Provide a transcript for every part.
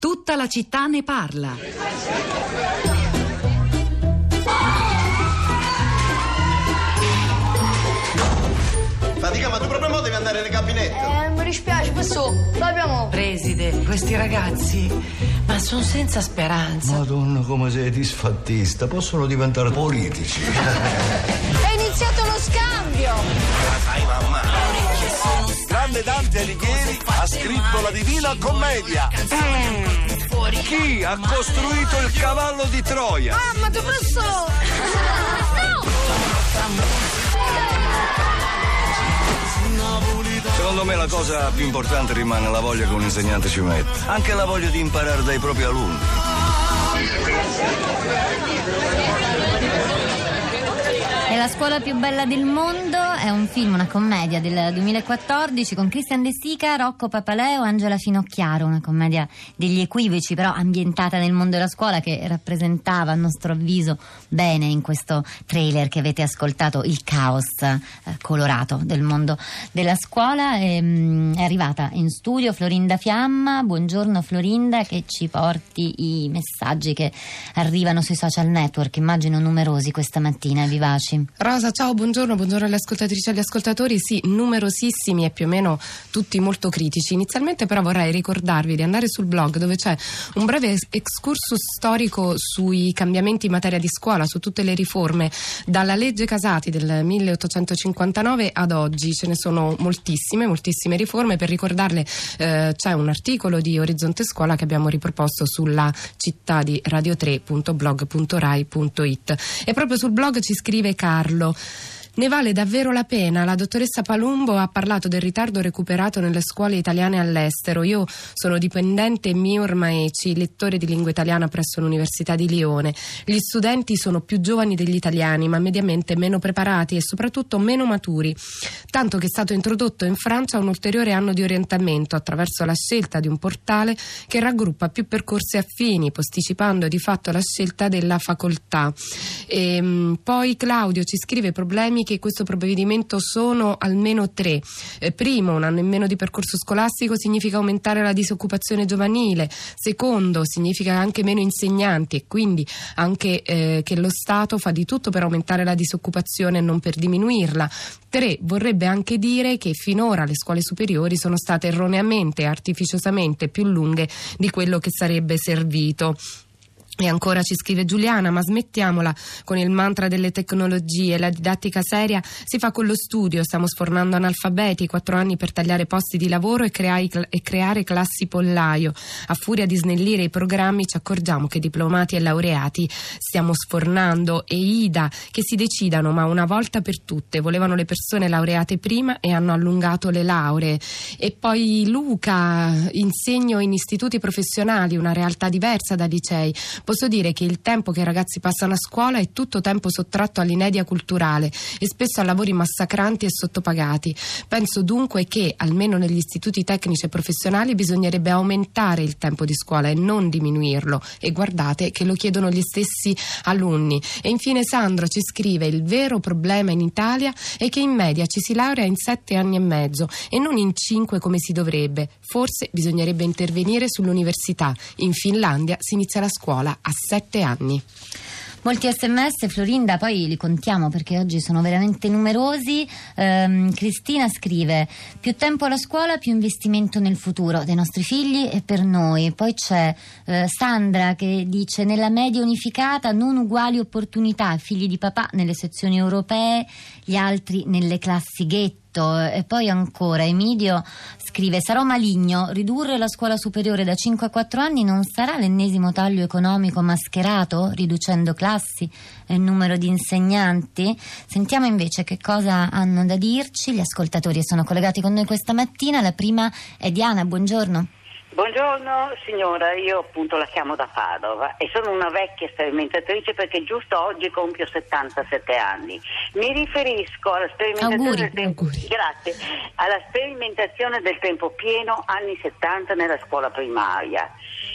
Tutta la città ne parla. Fatica, ma tu proprio mo devi andare nel gabinetto. Mi dispiace, posso? L'abbiamo. Preside, questi ragazzi, ma sono senza speranza. Madonna, come sei disfattista. Possono diventare politici. È iniziato lo scambio. Sai, mamma. Grande Dante Alighieri ha scritto la Divina Commedia. Chi ha costruito il cavallo di Troia? Ma tu posso? Secondo me la cosa più importante rimane la voglia che un insegnante ci mette. Anche la voglia di imparare dai propri alunni. È la scuola più bella del mondo, è un film, una commedia del 2014 con Christian De Sica, Rocco Papaleo, Angela Finocchiaro, una commedia degli equivoci però ambientata nel mondo della scuola, che rappresentava a nostro avviso bene in questo trailer che avete ascoltato il caos colorato del mondo della scuola. È arrivata in studio Florinda Fiamma. Buongiorno Florinda, che ci porti i messaggi che arrivano sui social network, immagino numerosi questa mattina e vivaci. Rosa, ciao, buongiorno alle ascoltatrici e agli ascoltatori. Sì, numerosissimi e più o meno tutti molto critici. Inizialmente però vorrei ricordarvi di andare sul blog, dove c'è un breve excursus storico sui cambiamenti in materia di scuola, su tutte le riforme dalla legge Casati del 1859 ad oggi. Ce ne sono moltissime riforme. Per ricordarle c'è un articolo di Orizzonte Scuola che abbiamo riproposto sulla città di radio3.blog.rai.it, e proprio sul blog ci scrive Carlo: ne vale davvero la pena? La dottoressa Palumbo ha parlato del ritardo recuperato nelle scuole italiane all'estero. Io sono dipendente MIUR Maeci, lettore di lingua italiana presso l'Università di Lione. Gli studenti sono più giovani degli italiani, ma mediamente meno preparati e soprattutto meno maturi, tanto che è stato introdotto in Francia un ulteriore anno di orientamento attraverso la scelta di un portale che raggruppa più percorsi affini, posticipando di fatto la scelta della facoltà. Poi Claudio ci scrive: problemi che questo provvedimento sono almeno 3. Primo, un anno in meno di percorso scolastico significa aumentare la disoccupazione giovanile. Secondo, significa anche meno insegnanti e quindi anche che lo Stato fa di tutto per aumentare la disoccupazione e non per diminuirla. 3, vorrebbe anche dire che finora le scuole superiori sono state erroneamente e artificiosamente più lunghe di quello che sarebbe servito. E ancora ci scrive Giuliana: ma smettiamola con il mantra delle tecnologie, la didattica seria si fa con lo studio, stiamo sfornando analfabeti, 4 anni per tagliare posti di lavoro e creare classi pollaio. A furia di snellire i programmi ci accorgiamo che diplomati e laureati stiamo sfornando. E Ida: che si decidano, ma una volta per tutte, volevano le persone laureate prima e hanno allungato le lauree. E poi Luca: insegno in istituti professionali, una realtà diversa da licei. Posso dire che il tempo che i ragazzi passano a scuola è tutto tempo sottratto all'inedia culturale e spesso a lavori massacranti e sottopagati. Penso dunque che, almeno negli istituti tecnici e professionali, bisognerebbe aumentare il tempo di scuola e non diminuirlo, e guardate che lo chiedono gli stessi alunni. E infine Sandro ci scrive: il vero problema in Italia è che in media ci si laurea in 7 anni e mezzo e non in 5 come si dovrebbe. Forse bisognerebbe intervenire sull'università. In Finlandia si inizia la scuola a 7 anni. Molti sms, Florinda, poi li contiamo perché oggi sono veramente numerosi. Cristina scrive: più tempo alla scuola, più investimento nel futuro dei nostri figli e per noi. Poi c'è Sandra che dice: nella media unificata non uguali opportunità, figli di papà nelle sezioni europee, gli altri nelle classi ghetto. E poi ancora Emidio scrive: sarò maligno, ridurre la scuola superiore da 5 a 4 anni non sarà l'ennesimo taglio economico mascherato, riducendo classi e il numero di insegnanti? Sentiamo invece che cosa hanno da dirci gli ascoltatori. Sono collegati con noi questa mattina. La prima è Diana, buongiorno. Buongiorno signora, io appunto la chiamo da Padova e sono una vecchia sperimentatrice perché giusto oggi compio 77 anni. Mi riferisco alla sperimentazione Grazie. Alla sperimentazione del tempo pieno anni 70 nella scuola primaria.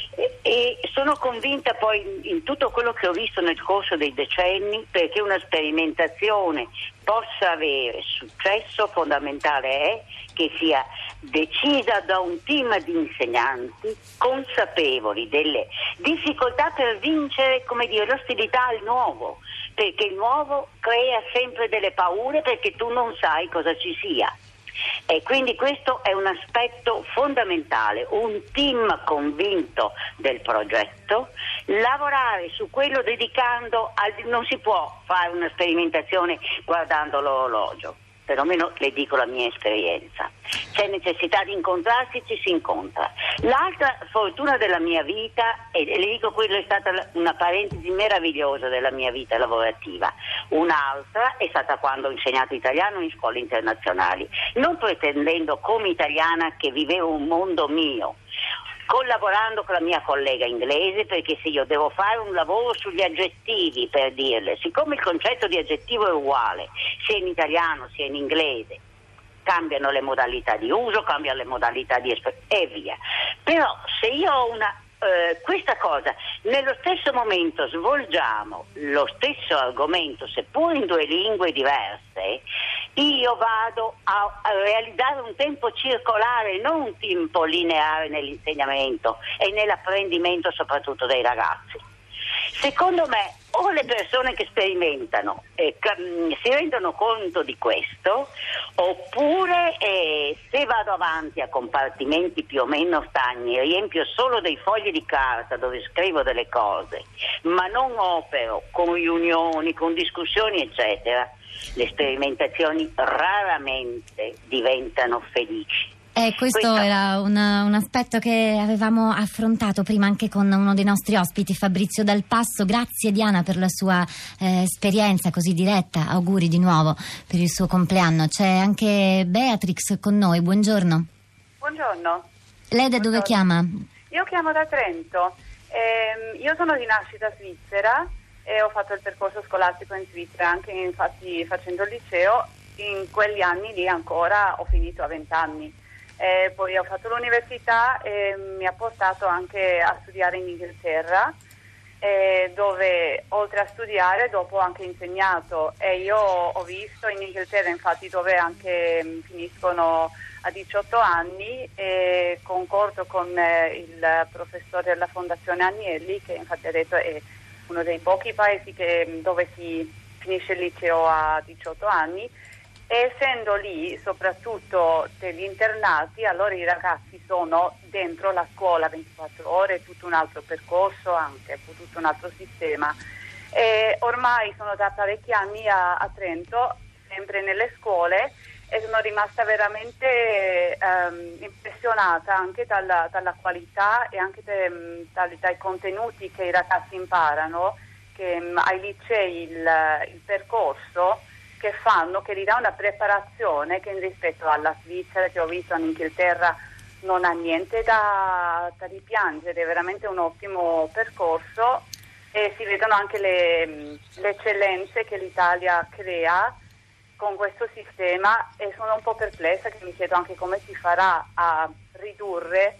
E sono convinta poi in tutto quello che ho visto nel corso dei decenni, perché una sperimentazione possa avere successo fondamentale è che sia decisa da un team di insegnanti consapevoli delle difficoltà per vincere, l'ostilità al nuovo, perché il nuovo crea sempre delle paure, perché tu non sai cosa ci sia. E quindi questo è un aspetto fondamentale, un team convinto del progetto, lavorare su quello non si può fare una sperimentazione guardando l'orologio, perlomeno le dico la mia esperienza. C'è necessità di incontrarsi, ci si incontra. L'altra fortuna della mia vita, e le dico, quello è stata una parentesi meravigliosa della mia vita lavorativa, un'altra è stata quando ho insegnato italiano in scuole internazionali, non pretendendo come italiana che vivevo un mondo mio, collaborando con la mia collega inglese, perché se io devo fare un lavoro sugli aggettivi, per dirle, siccome il concetto di aggettivo è uguale sia in italiano sia in inglese, cambiano le modalità di uso, cambiano le modalità di espressione e via. Però se io ho questa cosa, nello stesso momento svolgiamo lo stesso argomento, seppur in due lingue diverse, io vado a realizzare un tempo circolare, non un tempo lineare nell'insegnamento e nell'apprendimento soprattutto dei ragazzi. Secondo me, o le persone che sperimentano si rendono conto di questo, oppure se vado avanti a compartimenti più o meno stagni, riempio solo dei fogli di carta dove scrivo delle cose, ma non opero con riunioni, con discussioni eccetera, le sperimentazioni raramente diventano felici. Questo era un aspetto che avevamo affrontato prima anche con uno dei nostri ospiti, Fabrizio Dal Passo. Grazie Diana per la sua esperienza così diretta, auguri di nuovo per il suo compleanno. C'è anche Beatrix con noi, buongiorno. Buongiorno. Lei da dove chiama? Io chiamo da Trento, io sono di nascita svizzera e ho fatto il percorso scolastico in Svizzera, anche infatti facendo il liceo. In quegli anni lì ancora ho finito a 20 anni. Poi ho fatto l'università e mi ha portato anche a studiare in Inghilterra, dove oltre a studiare dopo ho anche insegnato, e io ho visto in Inghilterra infatti dove anche finiscono a 18 anni, e concordo con il professore della Fondazione Agnelli, che infatti ha detto è uno dei pochi paesi dove si finisce il liceo a 18 anni. E essendo lì soprattutto degli internati, allora i ragazzi sono dentro la scuola 24 ore, tutto un altro percorso, anche tutto un altro sistema. E ormai sono da parecchi anni a Trento, sempre nelle scuole, e sono rimasta veramente impressionata anche dalla qualità e anche dai contenuti che i ragazzi imparano, che ai licei il percorso che fanno, che gli dà una preparazione che rispetto alla Svizzera, che ho visto in Inghilterra, non ha niente da ripiangere, è veramente un ottimo percorso, e si vedono anche le eccellenze che l'Italia crea con questo sistema, e sono un po' perplessa, che mi chiedo anche come si farà a ridurre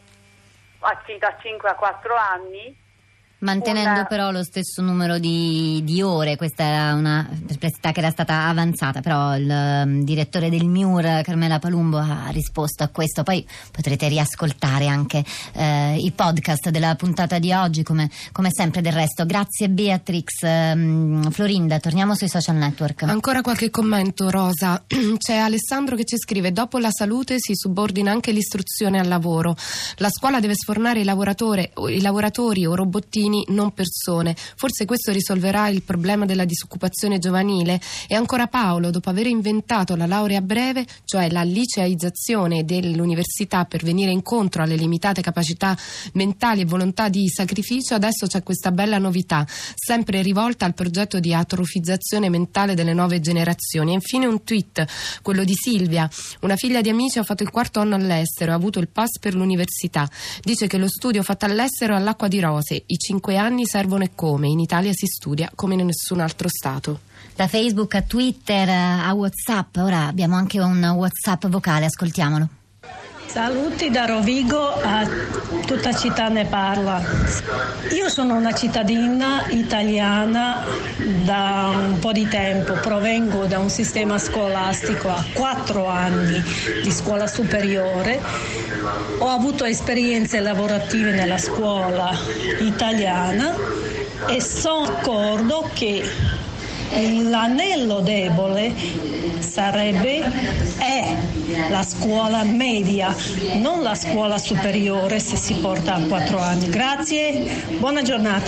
da 5 a 4 anni, mantenendo però lo stesso numero di ore. Questa era una perplessità che era stata avanzata, però il direttore del MIUR, Carmela Palumbo, ha risposto a questo. Poi potrete riascoltare anche i podcast della puntata di oggi, come sempre del resto. Grazie Beatrix. Florinda, torniamo sui social network. Ancora qualche commento, Rosa. C'è Alessandro che ci scrive: dopo la salute si subordina anche l'istruzione al lavoro. La scuola deve sfornare i lavoratori o robottini, non persone. Forse questo risolverà il problema della disoccupazione giovanile. E ancora Paolo: dopo aver inventato la laurea breve, cioè la liceizzazione dell'università per venire incontro alle limitate capacità mentali e volontà di sacrificio, adesso c'è questa bella novità, sempre rivolta al progetto di atrofizzazione mentale delle nuove generazioni. E infine un tweet, quello di Silvia: una figlia di amici ha fatto il 4º anno all'estero e ha avuto il pass per l'università. Dice che lo studio fatto all'estero è all'acqua di rose. I 5 anni servono e come. In Italia si studia come in nessun altro stato. Da Facebook a Twitter a WhatsApp. Ora abbiamo anche un WhatsApp vocale, ascoltiamolo. Saluti da Rovigo a tutta città ne parla. Io sono una cittadina italiana da un po' di tempo, provengo da un sistema scolastico a 4 anni di scuola superiore. Ho avuto esperienze lavorative nella scuola italiana e sono d'accordo che l'anello debole è la scuola media, non la scuola superiore se si porta a 4 anni. Grazie, buona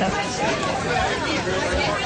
giornata.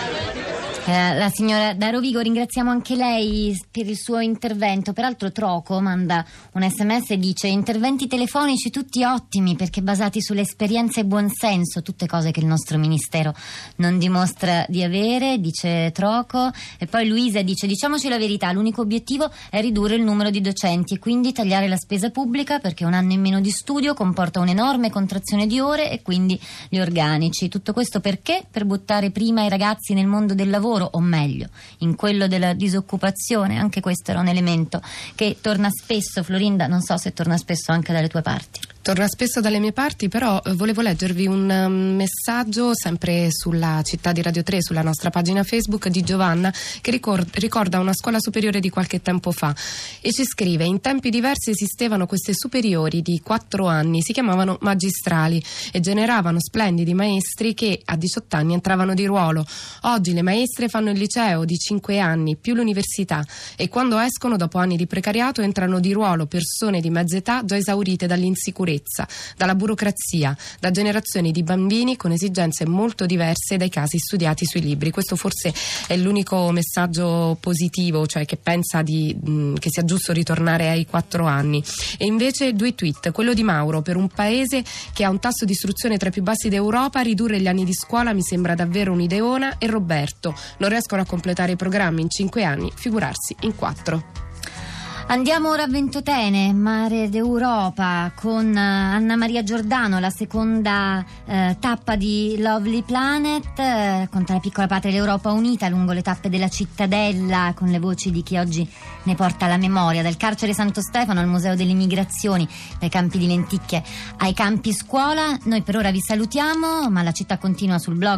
La signora da Rovigo, ringraziamo anche lei per il suo intervento. Peraltro Troco manda un sms e dice: interventi telefonici tutti ottimi perché basati sull'esperienza e buonsenso, tutte cose che il nostro ministero non dimostra di avere, dice Troco. E poi Luisa dice: diciamoci la verità, l'unico obiettivo è ridurre il numero di docenti e quindi tagliare la spesa pubblica, perché un anno in meno di studio comporta un'enorme contrazione di ore e quindi gli organici. Tutto questo perché? Per buttare prima i ragazzi nel mondo del lavoro, o meglio in quello della disoccupazione. Anche questo era un elemento che torna spesso. Florinda, non so se torna spesso anche dalle tue parti. Torna spesso dalle mie parti, però volevo leggervi un messaggio sempre sulla città di Radio 3, sulla nostra pagina Facebook, di Giovanna, che ricorda una scuola superiore di qualche tempo fa e ci scrive: in tempi diversi esistevano queste superiori di 4 anni, si chiamavano magistrali e generavano splendidi maestri che a 18 anni entravano di ruolo. Oggi le maestre fanno il liceo di 5 anni più l'università e quando escono dopo anni di precariato entrano di ruolo persone di mezza età già esaurite dall'insicurezza, dalla burocrazia, da generazioni di bambini con esigenze molto diverse dai casi studiati sui libri. Questo forse è l'unico messaggio positivo, cioè che pensa che sia giusto ritornare ai 4 anni. E invece 2 tweet, quello di Mauro: per un paese che ha un tasso di istruzione tra i più bassi d'Europa, ridurre gli anni di scuola mi sembra davvero un'ideona. E Roberto: non riescono a completare i programmi in 5 anni, figurarsi in 4. Andiamo ora a Ventotene, mare d'Europa, con Anna Maria Giordano, la seconda tappa di Lovely Planet. Racconta la piccola patria dell'Europa unita lungo le tappe della cittadella, con le voci di chi oggi ne porta la memoria, dal carcere Santo Stefano al Museo delle Migrazioni, dai campi di lenticchie ai campi scuola. Noi per ora vi salutiamo, ma la città continua sul blog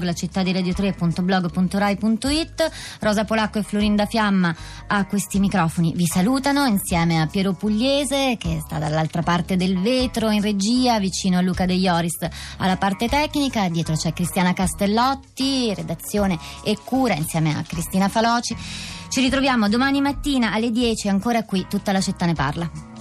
lacittadiradio3.blog.rai.it. Rosa Polacco e Florinda Fiamma a questi microfoni vi salutano, insieme a Piero Pugliese, che sta dall'altra parte del vetro in regia, vicino a Luca De Ioris alla parte tecnica. Dietro c'è Cristiana Castellotti, redazione e cura, insieme a Cristina Faloci. Ci ritroviamo domani mattina alle 10, ancora qui Tutta la città ne parla.